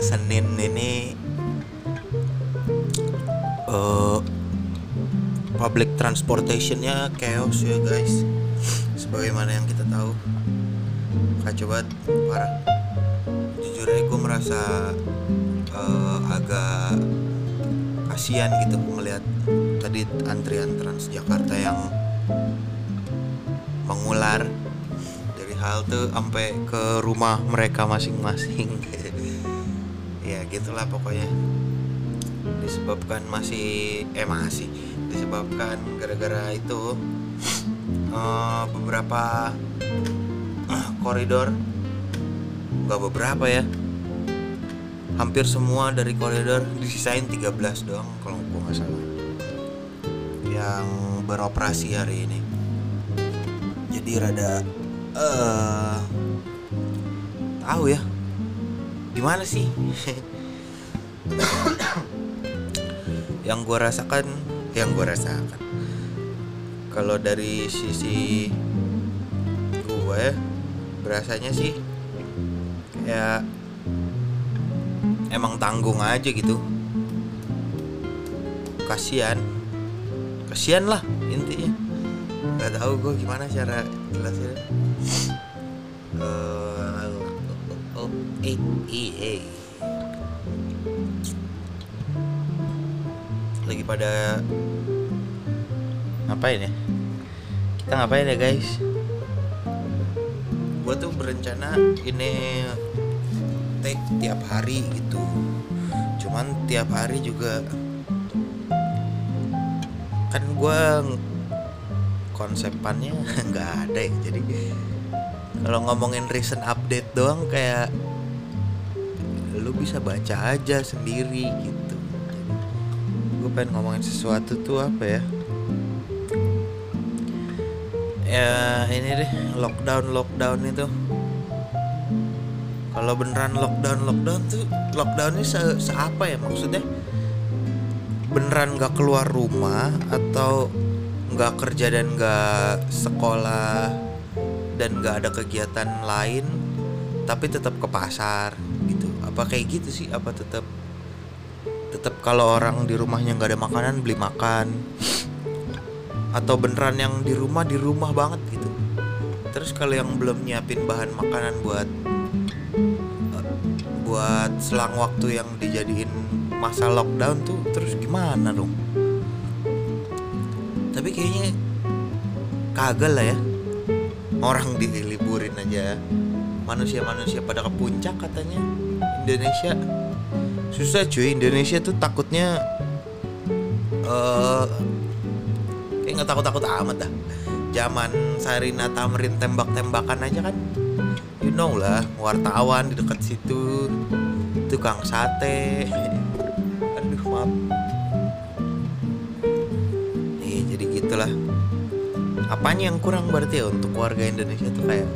Senin ini eh, public transportationnya chaos ya guys. Sebagaimana yang kita tahu, kacau banget, parah. Jujur aja gue merasa agak kasihan gitu melihat tadi antrian Transjakarta yang mengular dari halte sampai ke rumah mereka masing-masing. Ya gitulah pokoknya. Disebabkan gara-gara itu beberapa koridor, nggak beberapa ya, hampir semua dari koridor disisain 13 doang kalau gue nggak salah yang beroperasi hari ini. Jadi rada tahu ya gimana sih. yang gue rasakan kalau dari sisi gue berasanya sih kayak emang tanggung aja gitu. Kasian lah intinya. Gak tahu gue gimana cara jelasin. Lagi pada ngapain ya? Kita ngapain ya guys? Gue tuh berencana ini take tiap hari gitu. Cuman tiap hari juga kan gue konsepannya nggak ada ya. Jadi kalau ngomongin recent update doang kayak lu bisa baca aja sendiri gitu. Gue pengen ngomongin sesuatu tuh apa ya? Ya ini deh, lockdown itu. Kalau beneran lockdown tuh lockdownnya seapa ya maksudnya? Beneran nggak keluar rumah atau nggak kerja dan nggak sekolah dan nggak ada kegiatan lain tapi tetap ke pasar gitu? Apa kayak gitu sih? Apa tetap kalau orang di rumahnya nggak ada makanan beli makan? Atau beneran yang di rumah banget gitu? Terus kalau yang belum nyiapin bahan makanan buat selang waktu yang dijadiin masa lockdown tuh terus gimana dong? Tapi kayaknya kagak lah ya. Orang diliburin aja, manusia pada ke puncak katanya. Indonesia susah cuy. Indonesia tuh takutnya kayak nggak takut amat dah. Zaman Sarina Tamrin tembak-tembakan aja kan, you know lah, wartawan di dekat situ, tukang sate. Aduh maaf. Jadi gitulah. Apanya yang kurang berarti ya untuk warga Indonesia tuh kayak,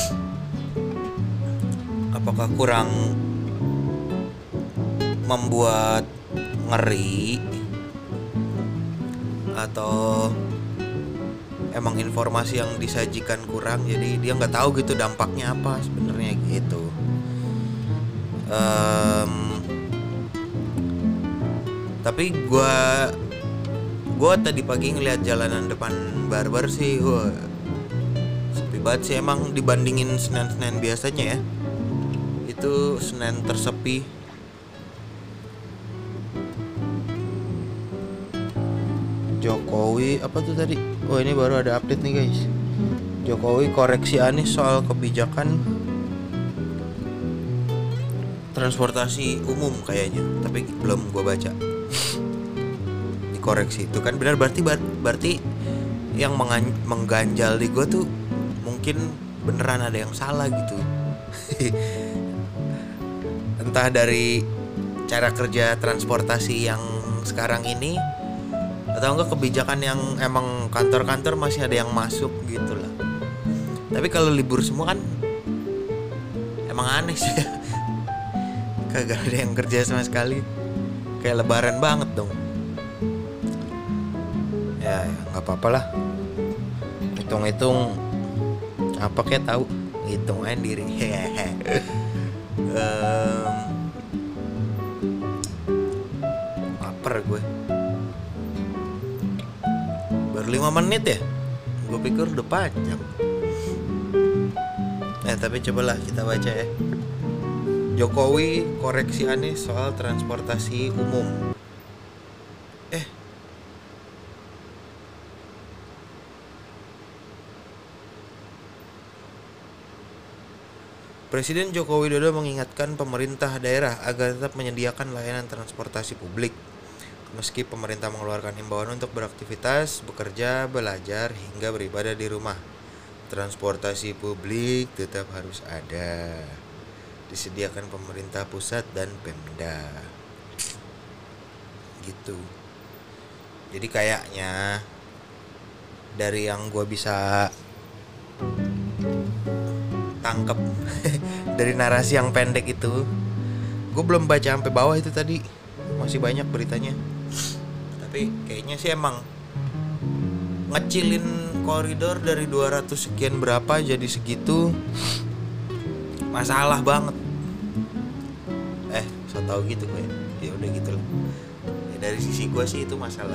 apakah kurang membuat ngeri atau emang informasi yang disajikan kurang, jadi dia nggak tahu gitu dampaknya apa sebenarnya gitu. Tapi gue tadi pagi ngeliat jalanan depan barber sih, sepi banget sih emang dibandingin Senin biasanya ya. Itu Senin tersepi. Jokowi apa tuh tadi? Oh ini baru ada update nih guys. Jokowi koreksi Anies soal kebijakan transportasi umum kayaknya, tapi belum gue baca. Dikoreksi itu kan benar, berarti yang mengganjal di gue tuh mungkin beneran ada yang salah gitu. Entah dari cara kerja transportasi yang sekarang ini, atau enggak kebijakan yang emang kantor-kantor masih ada yang masuk gitu lah. Tapi kalau libur semua kan emang aneh sih. Kagak ada yang kerja sama sekali. Kayak lebaran banget dong. Ya nggak apa-apa lah. Hitung-hitung apa kayak tahu. Hitung aja diri. lapar gue. Baru 5 menit ya? Gue pikir udah panjang. Tapi cobalah kita baca ya. Jokowi koreksi Anies soal transportasi umum. Presiden Joko Widodo mengingatkan pemerintah daerah agar tetap menyediakan layanan transportasi publik. Meski pemerintah mengeluarkan himbauan untuk beraktivitas, bekerja, belajar, hingga beribadah di rumah, transportasi publik tetap harus ada. Disediakan pemerintah pusat dan Pemda. Gitu. Jadi kayaknya dari yang gue bisa tangkep dari narasi yang pendek itu, gue belum baca sampai bawah itu tadi, masih banyak beritanya. Tapi kayaknya sih emang ngecilin koridor dari 200 sekian berapa jadi segitu masalah banget. So tau gitu gue. Ya udah gitu loh. Ya, dari sisi gue sih itu masalah.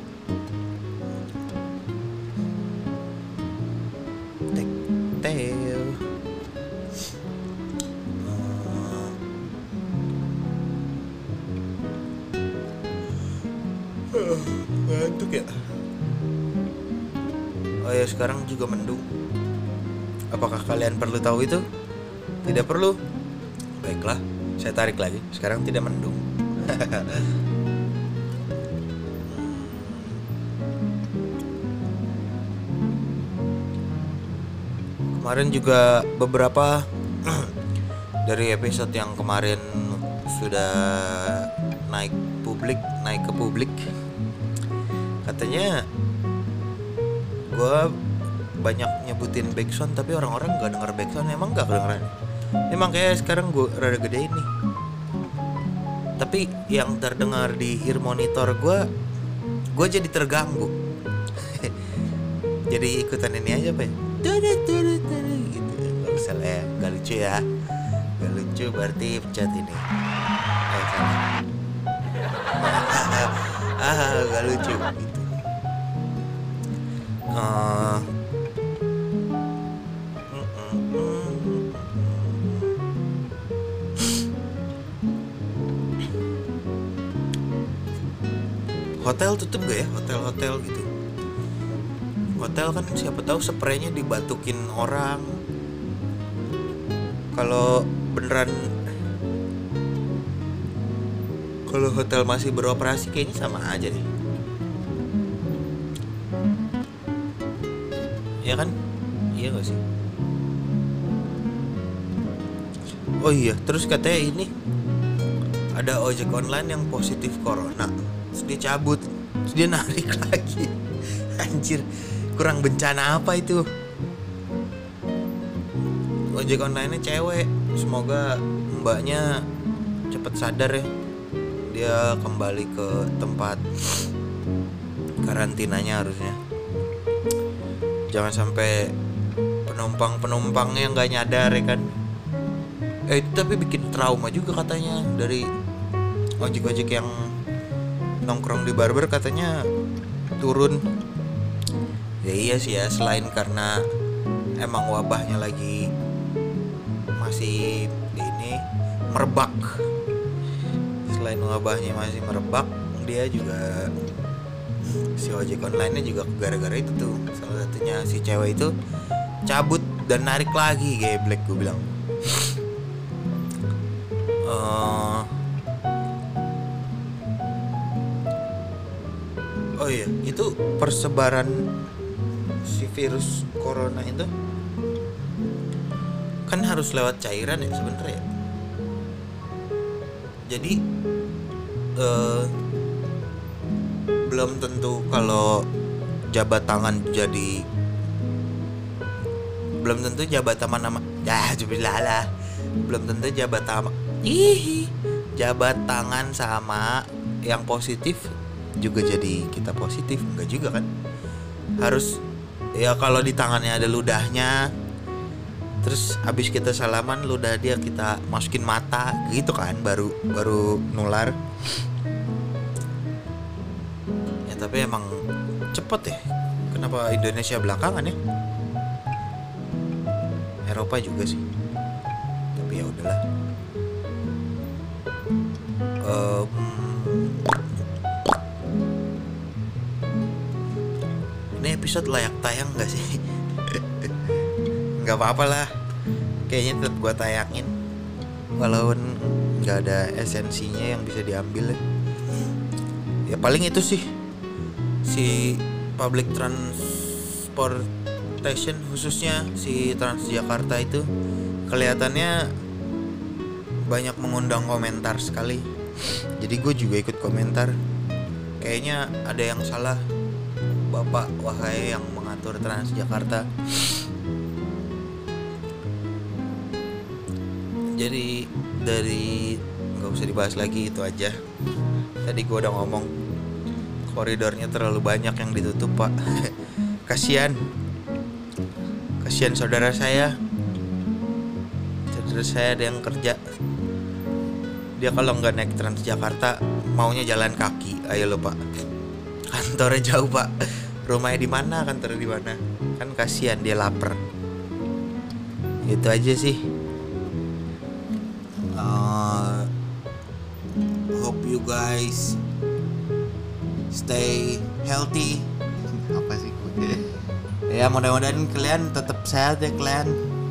Ngantuk ya. Oh ya, sekarang juga mendung. Apakah kalian perlu tahu itu? Tidak perlu. Baiklah, saya tarik lagi. Sekarang tidak mendung. Kemarin juga beberapa dari episode yang kemarin sudah naik ke publik. Katanya gue banyak nyebutin backsound tapi orang-orang gak denger backsound. Emang gak kedengeran? Emang kayak sekarang gue rada gedein nih. Tapi yang terdengar di ear monitor gue jadi terganggu. Jadi ikutan ini aja Pak. Gitu. Gak usah lah ya. Gak lucu ya. Gak lucu berarti pencet ini. Gak lucu gitu. Hotel tutup gak ya? Hotel-hotel gitu. Hotel kan siapa tahu spraynya dibatukin orang. Kalau beneran, kalau hotel masih beroperasi kayaknya sama aja deh. Ya kan? Iya gak sih? Oh iya, terus katanya ini ada ojek online yang positif corona, terus dia cabut, terus dia narik lagi. Anjir, kurang bencana apa itu? Ojek online-nya cewek. Semoga mbaknya cepet sadar ya. Dia kembali ke tempat karantinanya harusnya. Jangan sampai penumpangnya nggak nyadar ya kan. Itu tapi bikin trauma juga katanya dari ojek-ojek yang nongkrong di barber, katanya turun. Ya iya sih ya, selain karena emang wabahnya lagi masih ini merebak. Selain wabahnya masih merebak, dia juga, si ojek online-nya juga gara-gara itu tuh. Salah satunya si cewek itu cabut dan narik lagi, geblek gue bilang. Oh iya, itu persebaran si virus corona itu kan harus lewat cairan ya sebenarnya. Jadi belum tentu kalau jabat tangan jadi, belum tentu jabat tangan nama belum tentu jabat tangan sama yang positif juga jadi kita positif, enggak juga kan? Harus ya, kalau di tangannya ada ludahnya, terus habis kita salaman ludah dia kita masukin mata gitu kan, baru nular. tapi emang cepet ya. Kenapa Indonesia belakangan ya? Eropa juga sih. Tapi ya udahlah. Ini episode layak tayang gak sih? Gak apa-apa lah. Kayaknya tetap gue tayangin, walaupun gak ada esensinya yang bisa diambil ya. Ya paling itu sih, si public transportation khususnya si Transjakarta itu kelihatannya banyak mengundang komentar sekali. Jadi gue juga ikut komentar. Kayaknya ada yang salah, Bapak wahai yang mengatur Transjakarta. Jadi dari nggak usah dibahas lagi, itu aja. Tadi gue udah ngomong koridornya terlalu banyak yang ditutup, Pak. Kasian saudara saya ada yang kerja. Dia kalau nggak naik Transjakarta maunya jalan kaki. Ayo lo Pak, kantornya jauh Pak. Rumahnya di mana, kantornya di mana? Kan kasihan, dia lapar. Itu aja sih. Hope you guys stay healthy. Apa sih gue? Ya mudah-mudahan kalian tetap sehat ya kalian.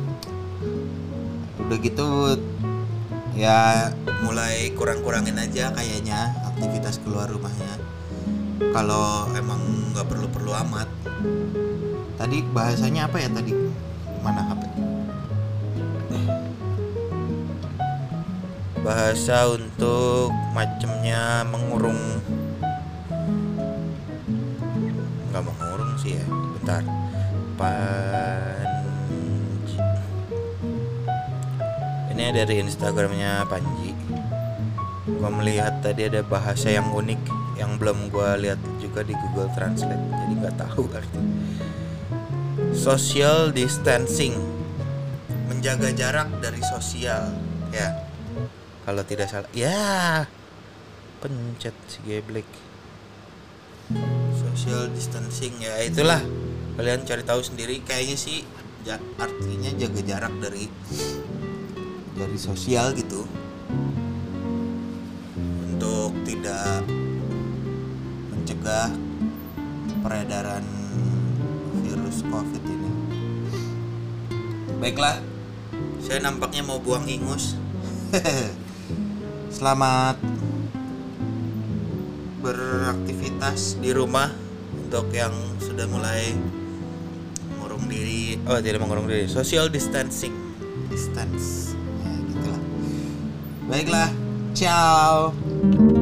Udah gitu ya mulai kurang-kurangin aja kayaknya aktivitas keluar rumahnya. Kalau emang nggak perlu-perlu amat. Tadi bahasanya apa ya tadi? Mana HP? Bahasa untuk macamnya mengurung. Nggak mengurung sih ya. Bentar. Panji. Ini dari Instagramnya Panji. Gua melihat tadi ada bahasa yang unik yang belum gua lihat juga di Google Translate. Jadi nggak tahu arti. Social distancing, menjaga jarak dari sosial. Ya. Kalau tidak salah, ya pencet si geblek. Social distancing, ya itulah. Kalian cari tahu sendiri. Kayaknya sih artinya jaga jarak dari sosial gitu, untuk tidak mencegah peredaran virus COVID ini. Baiklah, saya nampaknya mau buang ingus. Selamat beraktivitas di rumah untuk yang sudah mulai mengurung diri. Oh, tidak mengurung diri. Social distancing. Ya, gitulah. Baiklah. Ciao.